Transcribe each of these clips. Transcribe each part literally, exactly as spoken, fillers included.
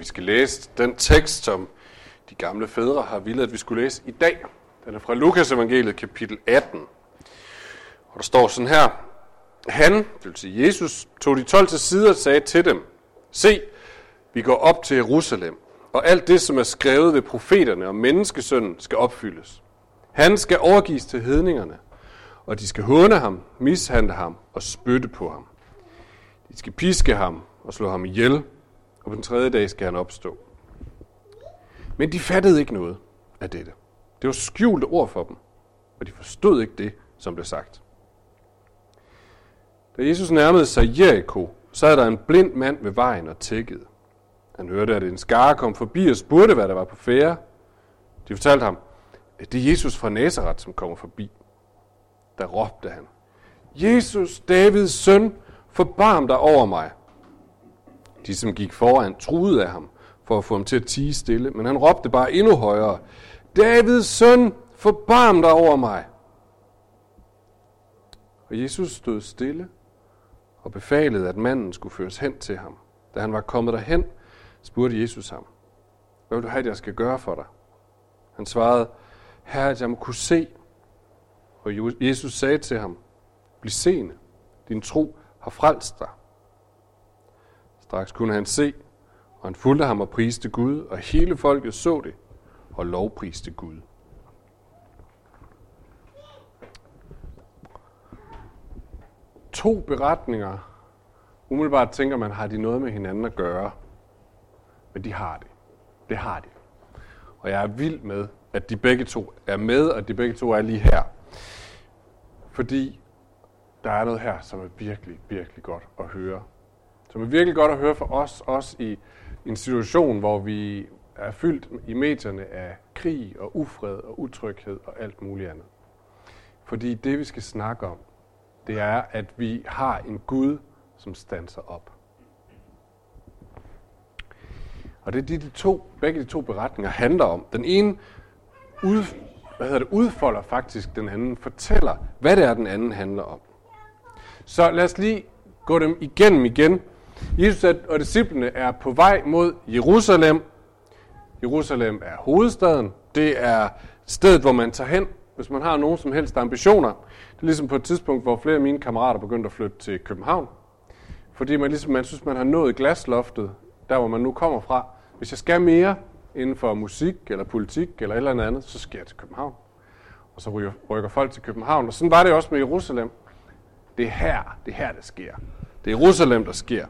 Vi skal læse den tekst, som de gamle fædre har ville, at vi skulle læse i dag. Den er fra Lukas evangeliet, kapitel atten. Og der står sådan her. Han, det vil sige Jesus, tog de tolv til side og sagde til dem: Se, vi går op til Jerusalem, og alt det, som er skrevet ved profeterne om menneskesønnen, skal opfyldes. Han skal overgives til hedningerne, og de skal håne ham, mishandle ham og spytte på ham. De skal piske ham og slå ham ihjel, og på den tredje dag skal han opstå. Men de fattede ikke noget af dette. Det var skjulte ord for dem, og de forstod ikke det, som blev sagt. Da Jesus nærmede sig Jericho, sad der en blind mand ved vejen og tækkede. Han hørte, at en skare kom forbi og spurgte, hvad der var på færde. De fortalte ham, at det er Jesus fra Nazaret, som kommer forbi. Der råbte han: Jesus, Davids søn, forbarm dig over mig. De, som gik foran, truede af ham for at få ham til at tie stille, men han råbte bare endnu højere: Davids søn, forbarm dig over mig. Og Jesus stod stille og befalede, at manden skulle føres hen til ham. Da han var kommet derhen, spurgte Jesus ham: Hvad vil du have, at jeg skal gøre for dig? Han svarede: Herre, at jeg må kunne se. Og Jesus sagde til ham: Bliv seende, din tro har frelst dig. Straks kunne han se, og han fulgte ham og priste Gud, og hele folket så det og lovpriste Gud. To beretninger. Umiddelbart tænker man, har de noget med hinanden at gøre? Men de har det. Det har de. Og jeg er vild med, at de begge to er med, og at de begge to er lige her. Fordi der er noget her, som er virkelig, virkelig godt at høre. Som er virkelig godt at høre for os, også i en situation, hvor vi er fyldt i medierne af krig og ufred og utryghed og alt muligt andet. Fordi det, vi skal snakke om, det er, at vi har en Gud, som standser op. Og det er de, de to, begge de to beretninger handler om. Den ene ud, hvad hedder det, udfolder faktisk den anden, fortæller, hvad det er, den anden handler om. Så lad os lige gå dem igennem igen. Jesus og disciplene er på vej mod Jerusalem. Jerusalem er hovedstaden. Det er stedet, hvor man tager hen, hvis man har nogen som helst ambitioner. Det er ligesom på et tidspunkt, hvor flere af mine kammerater begyndte at flytte til København. Fordi man ligesom man synes, man har nået glasloftet, der hvor man nu kommer fra. Hvis jeg skal mere inden for musik eller politik eller et eller andet, så skal jeg til København. Og så rykker, rykker folk til København. Og sådan var det også med Jerusalem. Det er her, det er her, det sker. Det er Jerusalem, der sker.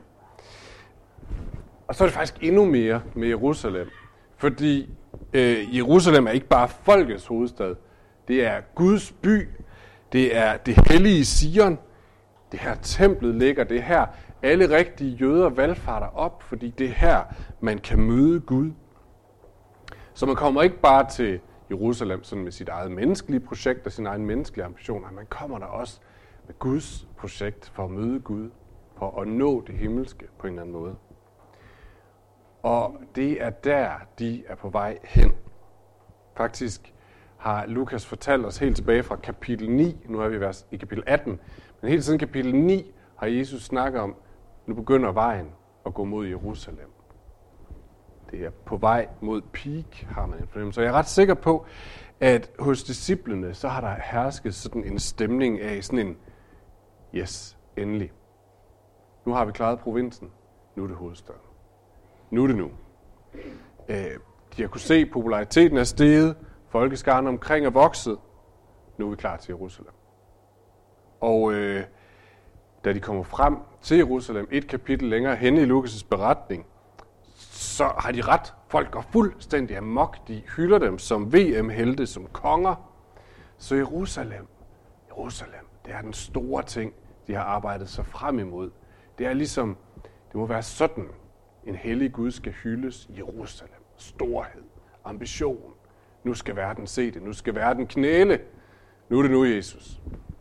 Og så er det faktisk endnu mere med Jerusalem. Fordi øh, Jerusalem er ikke bare folkets hovedstad. Det er Guds by. Det er det hellige Sion. Det her templet ligger. Det er her alle rigtige jøder valfarter op. Fordi det er her, man kan møde Gud. Så man kommer ikke bare til Jerusalem sådan med sit eget menneskelige projekt og sine egne menneskelige ambitioner. Man kommer der også med Guds projekt for at møde Gud. For at nå det himmelske på en eller anden måde. Og det er der, de er på vej hen. Faktisk har Lukas fortalt os helt tilbage fra kapitel ni, nu er vi i kapitel atten, men helt siden kapitel ni har Jesus snakket om, nu begynder vejen at gå mod Jerusalem. Det er på vej mod peak, har man en fornemmelse. Så jeg er ret sikker på, at hos disciplene, så har der hersket sådan en stemning af sådan en, yes, endelig. Nu har vi klaret provinsen, nu er det hovedstaden. Nu er det nu. Øh, de har kunne se, at populariteten er steget, folkeskaren omkring er vokset. Nu er vi klar til Jerusalem. Og øh, da de kommer frem til Jerusalem, et kapitel længere henne i Lukas' beretning, så har de ret. Folk går fuldstændig amok. De hylder dem som V M-helte, som konger. Så Jerusalem, Jerusalem, det er den store ting, de har arbejdet sig frem imod. Det er ligesom, det må være sådan, en hellig Gud skal hyldes. Jerusalem, storhed, ambition. Nu skal verden se det. Nu skal verden knæle. Nu er det nu, Jesus.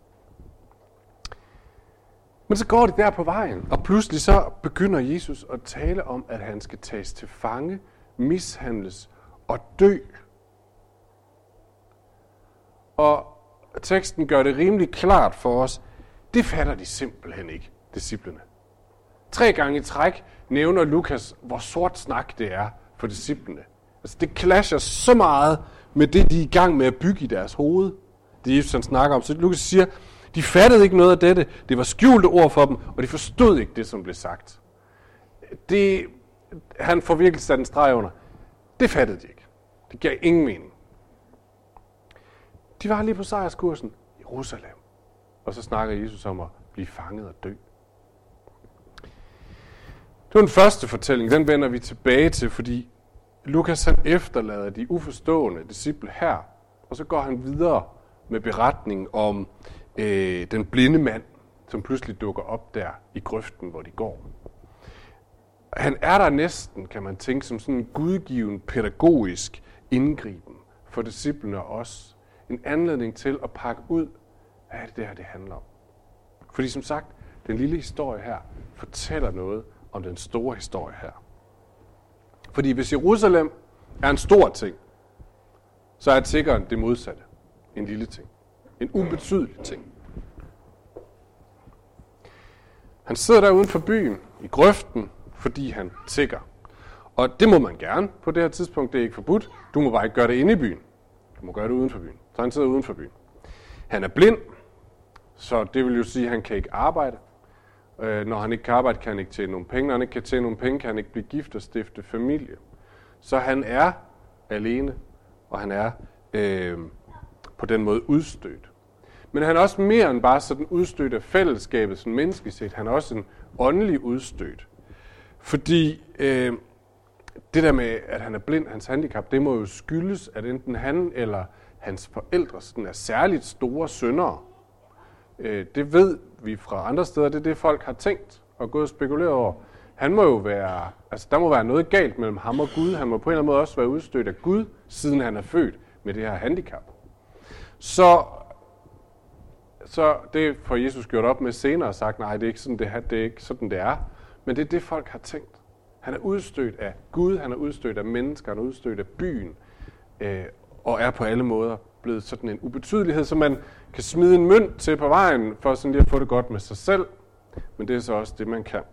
Men så går det der på vejen, og pludselig så begynder Jesus at tale om, at han skal tages til fange, mishandles og dø. Og teksten gør det rimelig klart for os. Det fatter de simpelthen ikke, disciplene. Tre gange i træk nævner Lukas, hvor sort snak det er for disciplene. Altså det clasher så meget med det, de er i gang med at bygge i deres hoved. Det Jesus han snakker om. Så Lukas siger, de fattede ikke noget af dette. Det var skjulte ord for dem, og de forstod ikke det, som blev sagt. Det, han får virkelig sat en streg under. Det fattede de ikke. Det gav ingen mening. De var lige på sejrskursen i Jerusalem. Og så snakker Jesus om at blive fanget og dø. Det var den første fortælling. Den vender vi tilbage til, fordi Lukas han efterlader de uforstående disciple her. Og så går han videre med beretningen om øh, den blinde mand, som pludselig dukker op der i grøften, hvor de går. Han er der næsten, kan man tænke, som sådan en gudgiven pædagogisk indgriben for disciplene og os. En anledning til at pakke ud, hvad er det der, det handler om. Fordi som sagt, den lille historie her fortæller noget om den store historie her. Fordi hvis Jerusalem er en stor ting, så er tiggeren det modsatte. En lille ting. En ubetydelig ting. Han sidder der uden for byen, i grøften, fordi han tigger. Og det må man gerne på det her tidspunkt. Det er ikke forbudt. Du må bare ikke gøre det inde i byen. Du må gøre det uden for byen. Så han sidder uden for byen. Han er blind, så det vil jo sige, at han kan ikke arbejde. Øh, når han ikke kan arbejde, kan han ikke tjene nogle penge. Når han ikke kan tjene nogle penge, kan han ikke blive gift og stifte familie. Så han er alene, og han er øh, på den måde udstødt. Men han er også mere end bare sådan udstødt af fællesskabet, sådan menneskeligt set. Han er også en åndelig udstødt. Fordi øh, det der med, at han er blind, hans handicap, det må jo skyldes, at enten han eller hans forældre sådan er særligt store syndere. Øh, det ved vi fra andre steder, det er det, folk har tænkt og gået og spekuleret over. Han må jo være, altså der må være noget galt mellem ham og Gud. Han må på en eller anden måde også være udstødt af Gud, siden han er født med det her handicap. Så, så det får Jesus gjort op med senere og sagt, nej, det er ikke sådan, det er, det er ikke sådan, det er. Men det er det, folk har tænkt. Han er udstødt af Gud, han er udstødt af mennesker, han er udstødt af byen, øh, og er på alle måder blevet sådan en ubetydelighed, som man kan smide en mønt til på vejen, for sådan lige at få det godt med sig selv. Men det er så også det, man kan.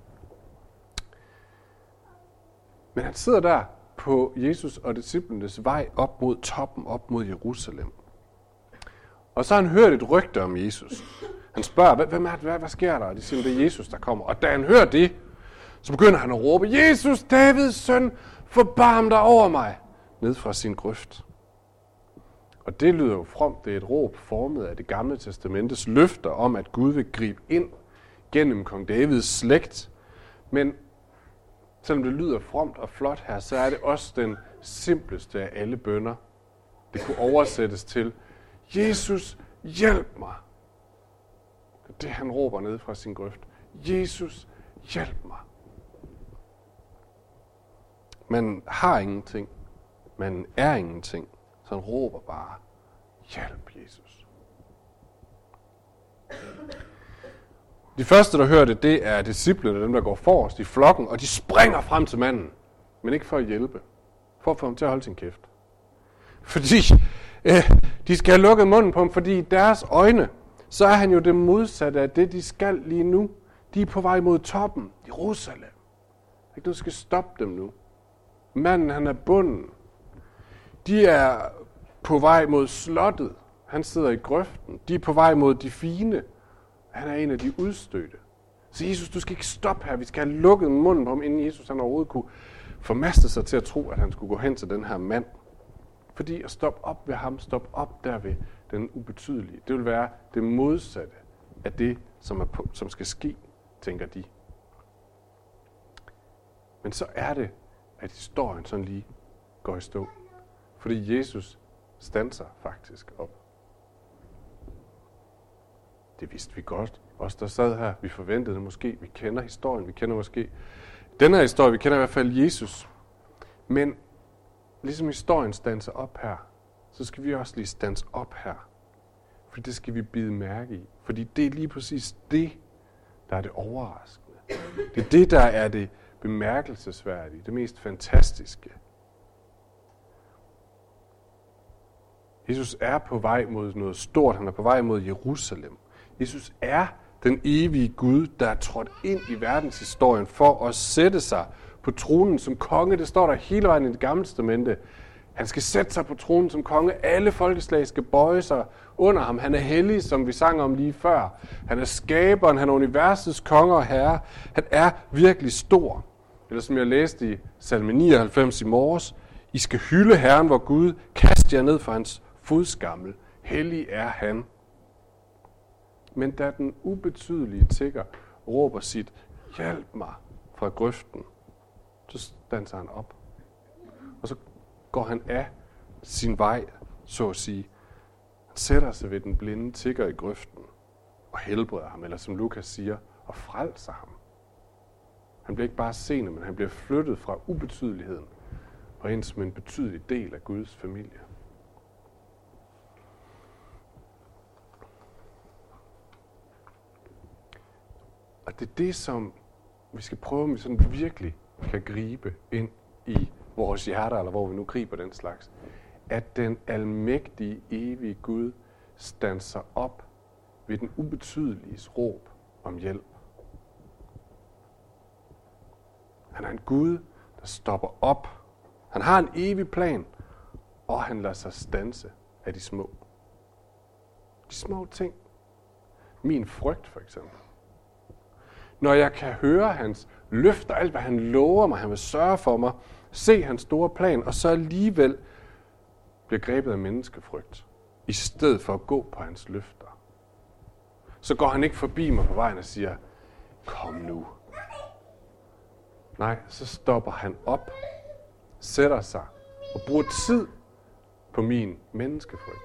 Men han sidder der på Jesus og disciplenes vej op mod toppen, op mod Jerusalem. Og så har han hørt et rygte om Jesus. Han spørger, hvem er det, hvad, hvad sker der? Og de siger, det er Jesus, der kommer. Og da han hører det, så begynder han at råbe, Jesus, Davids søn, forbarm dig over mig, ned fra sin grøft. Og det lyder jo fromt, det er et råb formet af det gamle testamentes løfter om, at Gud vil gribe ind gennem kong Davids slægt. Men selvom det lyder fromt og flot her, så er det også den simpleste af alle bønner. Det kunne oversættes til, Jesus, hjælp mig. Det er det, han råber ned fra sin grøft. Jesus, hjælp mig. Man har ingenting. Man er ingenting. Så han råber bare, hjælp Jesus. De første, der hører det, det er disciplene, dem der går forrest i flokken, og de springer frem til manden. Men ikke for at hjælpe. For at få ham til at holde sin kæft. Fordi øh, de skal have lukket munden på ham, fordi i deres øjne, så er han jo det modsatte af det, de skal lige nu. De er på vej mod toppen, Jerusalem. Der er ikke noget, der skal stoppe dem nu. Manden, han er bunden. De er på vej mod slottet. Han sidder i grøften. De er på vej mod de fine. Han er en af de udstødte. Så Jesus, du skal ikke stoppe her. Vi skal have lukket munden på ham, inden Jesus han overhovedet kunne formaste sig til at tro, at han skulle gå hen til den her mand. Fordi at stoppe op ved ham, stoppe op der ved den ubetydelige, det vil være det modsatte af det, som, er på, som skal ske, tænker de. Men så er det, at historien sådan lige går i stå. Fordi Jesus standser faktisk op. Det vidste vi godt. Os, der sad her, vi forventede det måske. Vi kender historien, vi kender måske den her historie, vi kender i hvert fald Jesus. Men ligesom historien standser op her, så skal vi også lige standse op her. For det skal vi bide mærke i. Fordi det er lige præcis det, der er det overraskende. Det er det, der er det bemærkelsesværdige, det mest fantastiske. Jesus er på vej mod noget stort. Han er på vej mod Jerusalem. Jesus er den evige Gud, der er trådt ind i verdenshistorien for at sætte sig på tronen som konge. Det står der hele vejen i Det Gamle Testamente. Han skal sætte sig på tronen som konge. Alle folkeslag skal bøje sig under ham. Han er hellig, som vi sang om lige før. Han er skaberen, han er universets konge og herre. Han er virkelig stor. Eller som jeg læste i salme nioghalvfems i morges. I skal hylde Herren, vor Gud. Kast jer ned for hans fodskammel. Hellig er han. Men da den ubetydelige tigger råber sit, hjælp mig fra grøften, så standser han op. Og så går han af sin vej, så at sige. Han sætter sig ved den blinde tigger i grøften og helbreder ham, eller som Lukas siger, og frelser ham. Han bliver ikke bare seende, men han bliver flyttet fra ubetydeligheden og ind som en betydelig del af Guds familie. Og det er det, som vi skal prøve, om vi sådan virkelig kan gribe ind i vores hjerter, eller hvor vi nu griber den slags. At den almægtige, evige Gud standser op ved den ubetydeliges råb om hjælp. Han er en Gud, der stopper op. Han har en evig plan, og han lader sig standse af de små. De små ting. Min frygt for eksempel. Når jeg kan høre hans løfter, alt hvad han lover mig, han vil sørge for mig, se hans store plan, og så alligevel bliver grebet af menneskefrygt, i stedet for at gå på hans løfter. Så går han ikke forbi mig på vejen og siger, kom nu. Nej, så stopper han op, sætter sig og bruger tid på min menneskefrygt.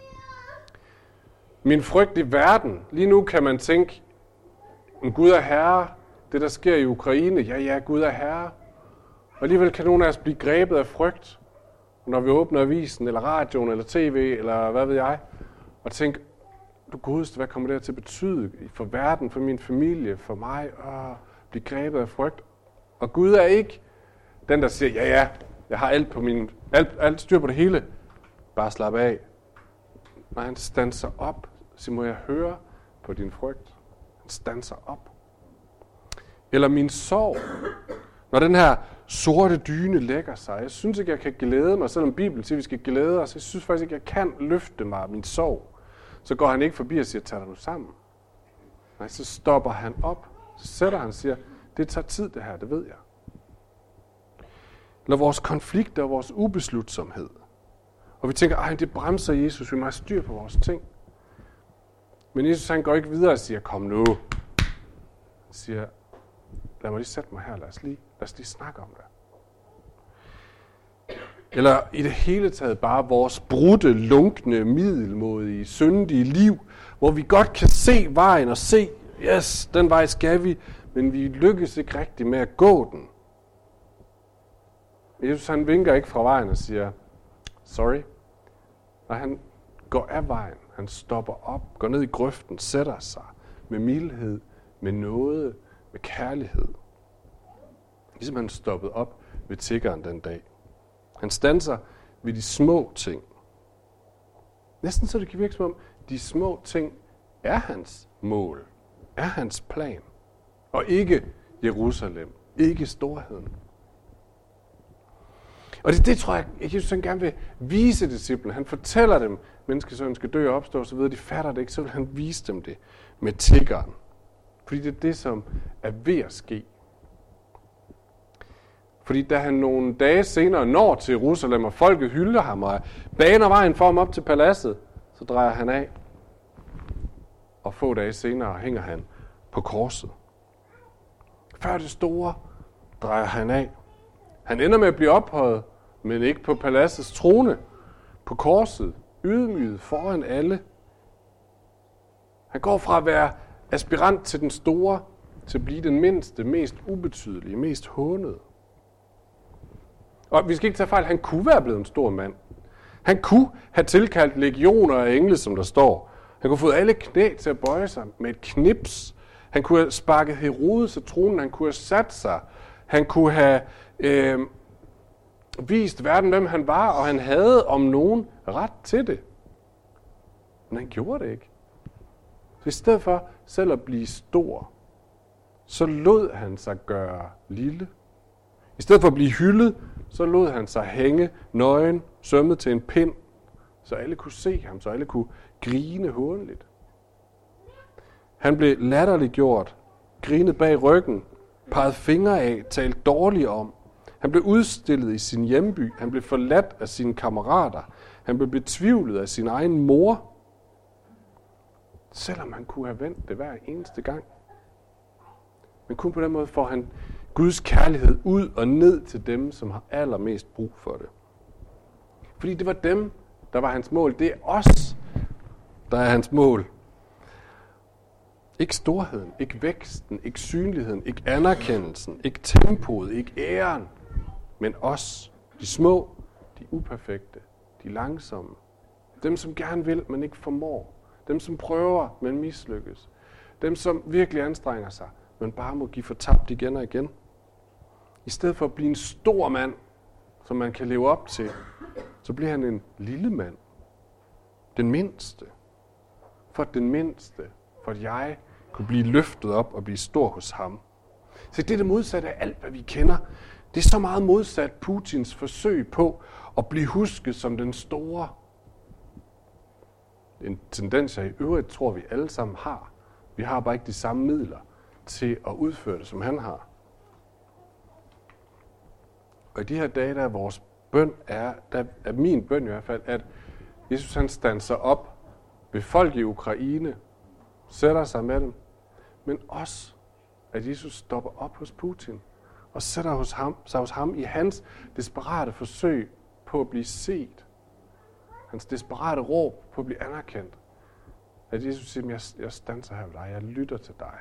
Min frygt i verden. Lige nu kan man tænke, Gud er herre, det der sker i Ukraine, ja ja, Gud er herre. Og alligevel kan nogle af os blive grebet af frygt, når vi åbner avisen, eller radioen, eller tv, eller hvad ved jeg, og tænke, du godeste, hvad kommer det her til at betyde for verden, for min familie, for mig, at blive grebet af frygt. Og Gud er ikke den, der siger, ja ja, jeg har alt, på min, alt, alt styr på det hele, bare slap af. Nej, han standser op, så må jeg høre på din frygt. Han standser op. Eller min sorg. Når den her sorte dyne lægger sig. Jeg synes ikke, jeg kan glæde mig, selvom Bibelen siger, at vi skal glæde os. Jeg synes faktisk ikke, jeg kan løfte mig af min sorg. Så går han ikke forbi og siger, tag dig nu sammen. Nej, så stopper han op. Så sætter han og siger, det tager tid det her, det ved jeg. Eller vores konflikter og vores ubeslutsomhed. Og vi tænker, ej, det bremser Jesus, vi må have styr på vores ting. Men Jesus han går ikke videre og siger, kom nu. Han siger, lad mig lige sætte mig her, lad os lige, lad os lige snakke om det. Eller i det hele taget bare vores brudte, lunkne, middelmådige, syndige liv, hvor vi godt kan se vejen og se, yes, den vej skal vi, men vi lykkes ikke rigtigt med at gå den. Jesus han vinker ikke fra vejen og siger, sorry. Og han går af vejen, han stopper op, går ned i grøften, sætter sig med mildhed, med nåde, med kærlighed. Ligesom han stoppede op ved tiggeren den dag. Han standser ved de små ting. Næsten så det kan virke som om, de små ting er hans mål, er hans plan. Og ikke Jerusalem, ikke storheden. Og det, det tror jeg, at Jesus han gerne vil vise disciplene. Han fortæller dem, menneskesønnen skal dø og opstå og så videre. De fatter det ikke, så vil han vise dem det med tiggeren. Fordi det er det, som er ved at ske. Fordi da han nogle dage senere når til Jerusalem, og folket hylder ham og baner vejen for ham op til paladset, så drejer han af. Og få dage senere hænger han på korset. Før det store drejer han af. Han ender med at blive ophøjet, men ikke på paladsets trone, på korset, ydmyget foran alle. Han går fra at være aspirant til den store, til at blive den mindste, mest ubetydelige, mest hånede. Og vi skal ikke tage fejl, han kunne være blevet en stor mand. Han kunne have tilkaldt legioner af engle, som der står. Han kunne have fået alle knæ til at bøje sig med et knips. Han kunne have sparket Herodes af tronen, han kunne have sat sig. Han kunne have øh, vist verden, hvem han var, og han havde om nogen ret til det. Men han gjorde det ikke. Så i stedet for, selv at blive stor, så lod han sig gøre lille. I stedet for at blive hyldet, så lod han sig hænge nøgen, sømmet til en pind, så alle kunne se ham, så alle kunne grine hånligt. Han blev latterliggjort, grinet bag ryggen, peget fingre af, talt dårligt om. Han blev udstillet i sin hjemby, han blev forladt af sine kammerater, han blev betvivlet af sin egen mor, selvom han kunne have vendt det hver eneste gang. Men kun på den måde får han Guds kærlighed ud og ned til dem, som har allermest brug for det. Fordi det var dem, der var hans mål. Det er os, der er hans mål. Ikke storheden, ikke væksten, ikke synligheden, ikke anerkendelsen, ikke tempoet, ikke æren, men os, de små, de uperfekte, de langsomme. Dem, som gerne vil, men ikke formår. Dem, som prøver, men mislykkes. Dem, som virkelig anstrenger sig, men bare må give fortabt igen og igen. I stedet for at blive en stor mand, som man kan leve op til, så bliver han en lille mand. Den mindste. For den mindste. For at jeg kunne blive løftet op og blive stor hos ham. Så det er det modsatte af alt, hvad vi kender. Det er så meget modsat Putins forsøg på at blive husket som den store. En tendens, jeg i øvrigt tror, vi alle sammen har. Vi har bare ikke de samme midler til at udføre det, som han har. Og i de her dage, der er vores bøn, er, der er min bøn i hvert fald, at Jesus han standser op ved folk i Ukraine, sætter sig med dem, men også, at Jesus stopper op hos Putin og sætter hos ham, sig hos ham i hans desperate forsøg på at blive set. Hans desperate råb på at blive anerkendt. At Jesus siger, jeg, jeg standser her ved dig, jeg lytter til dig.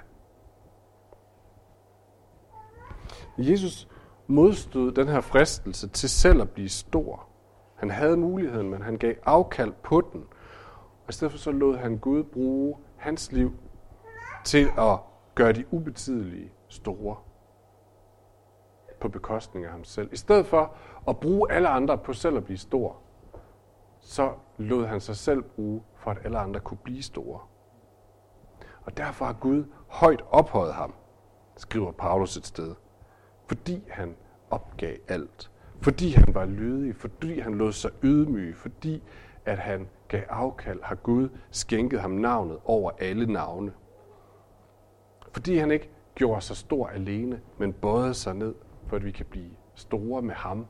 Jesus modstod den her fristelse til selv at blive stor. Han havde muligheden, men han gav afkald på den. Og i stedet for så lod han Gud bruge hans liv til at gøre de ubetydelige store på bekostning af ham selv. I stedet for at bruge alle andre på selv at blive stor, så lod han sig selv bruge, for at alle andre kunne blive store. Og derfor har Gud højt ophøjet ham, skriver Paulus et sted. Fordi han opgav alt. Fordi han var lydig. Fordi han lod sig ydmyge. Fordi at han gav afkald, har Gud skænket ham navnet over alle navne. Fordi han ikke gjorde sig stor alene, men bøjede sig ned, for at vi kan blive store med ham.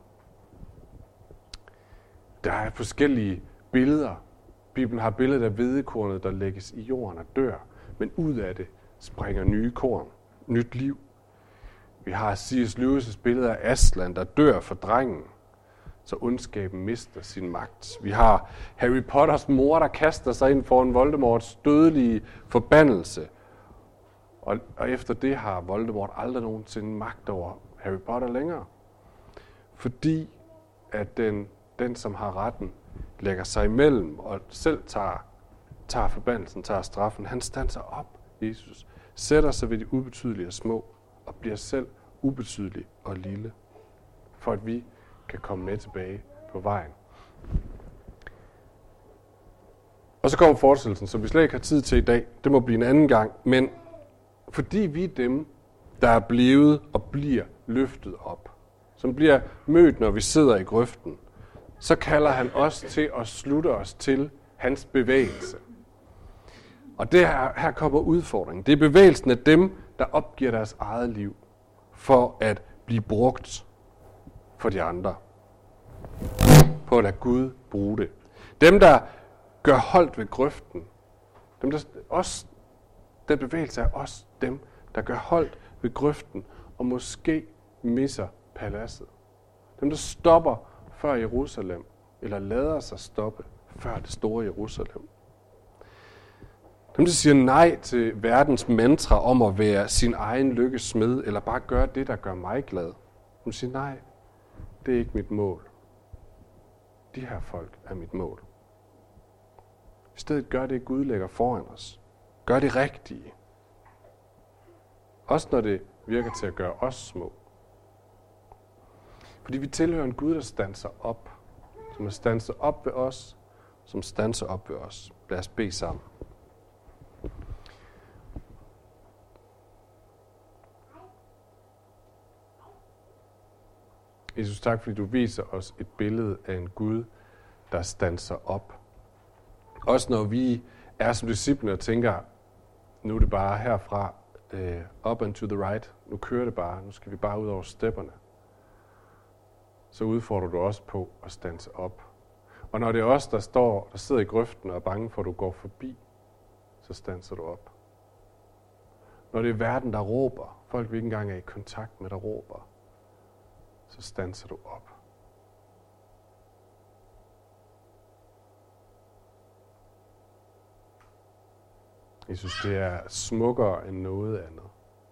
Der er forskellige billeder. Bibelen har billedet af hvedekornet, der lægges i jorden og dør, men ud af det springer nye korn, nyt liv. Vi har C S Lewis' billede af Aslan, der dør for drengen, så ondskaben mister sin magt. Vi har Harry Potters mor, der kaster sig ind foran Voldemorts dødelige forbandelse. Og, og efter det har Voldemort aldrig nogensinde magt over Harry Potter længere. Fordi at den, den som har retten, lægger sig imellem og selv tager, tager forbandelsen, tager straffen. Han standser op, Jesus, sætter sig ved de ubetydelige og små, og bliver selv ubetydelig og lille, for at vi kan komme med tilbage på vejen. Og så kommer fortsættelsen, som vi slet ikke har tid til i dag. Det må blive en anden gang, men fordi vi er dem, der er blevet og bliver løftet op, som bliver mødt, når vi sidder i grøften, så kalder han os til at slutte os til hans bevægelse. Og det her, her kommer udfordringen. Det er bevægelsen af dem, der opgiver deres eget liv for at blive brugt for de andre. På at lade Gud bruge det. Dem, der gør holdt ved grøften. Dem, der, også, den bevægelse er også dem, der gør holdt ved grøften og måske misser paladset. Dem, der stopper før Jerusalem, eller lader sig stoppe før det store Jerusalem. Dem, der siger nej til verdens mantra om at være sin egen lykkes smed, eller bare gøre det, der gør mig glad. De siger nej, det er ikke mit mål. De her folk er mit mål. I stedet gør det, Gud lægger foran os. Gør det rigtige. Også når det virker til at gøre os små. Fordi vi tilhører en Gud, der standser op. Som er standset op ved os, som standser op ved os. Lad os bede sammen. Jesus, tak fordi du viser os et billede af en Gud, der standser op. Også når vi er som disciplene og tænker, nu er det bare herfra, uh, up and to the right, nu kører det bare, nu skal vi bare ud over stepperne. Så udfordrer du også på at standse op. Og når det er os, der står, der sidder i grøften og er bange for, at du går forbi, så standser du op. Når det er verden, der råber, folk vi ikke engang er i kontakt med, der råber, så standser du op. Jeg synes, det er smukkere end noget andet.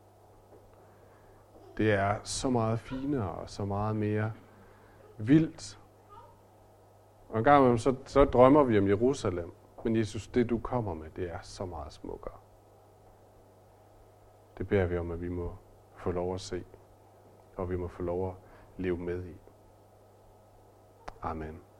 Det er så meget finere og så meget mere vildt. Og en gang imellem, så, så drømmer vi om Jerusalem. Men Jesus, det du kommer med, det er så meget smukkere. Det beder vi om, at vi må få lov at se. Og vi må få lov at leve med i. Amen.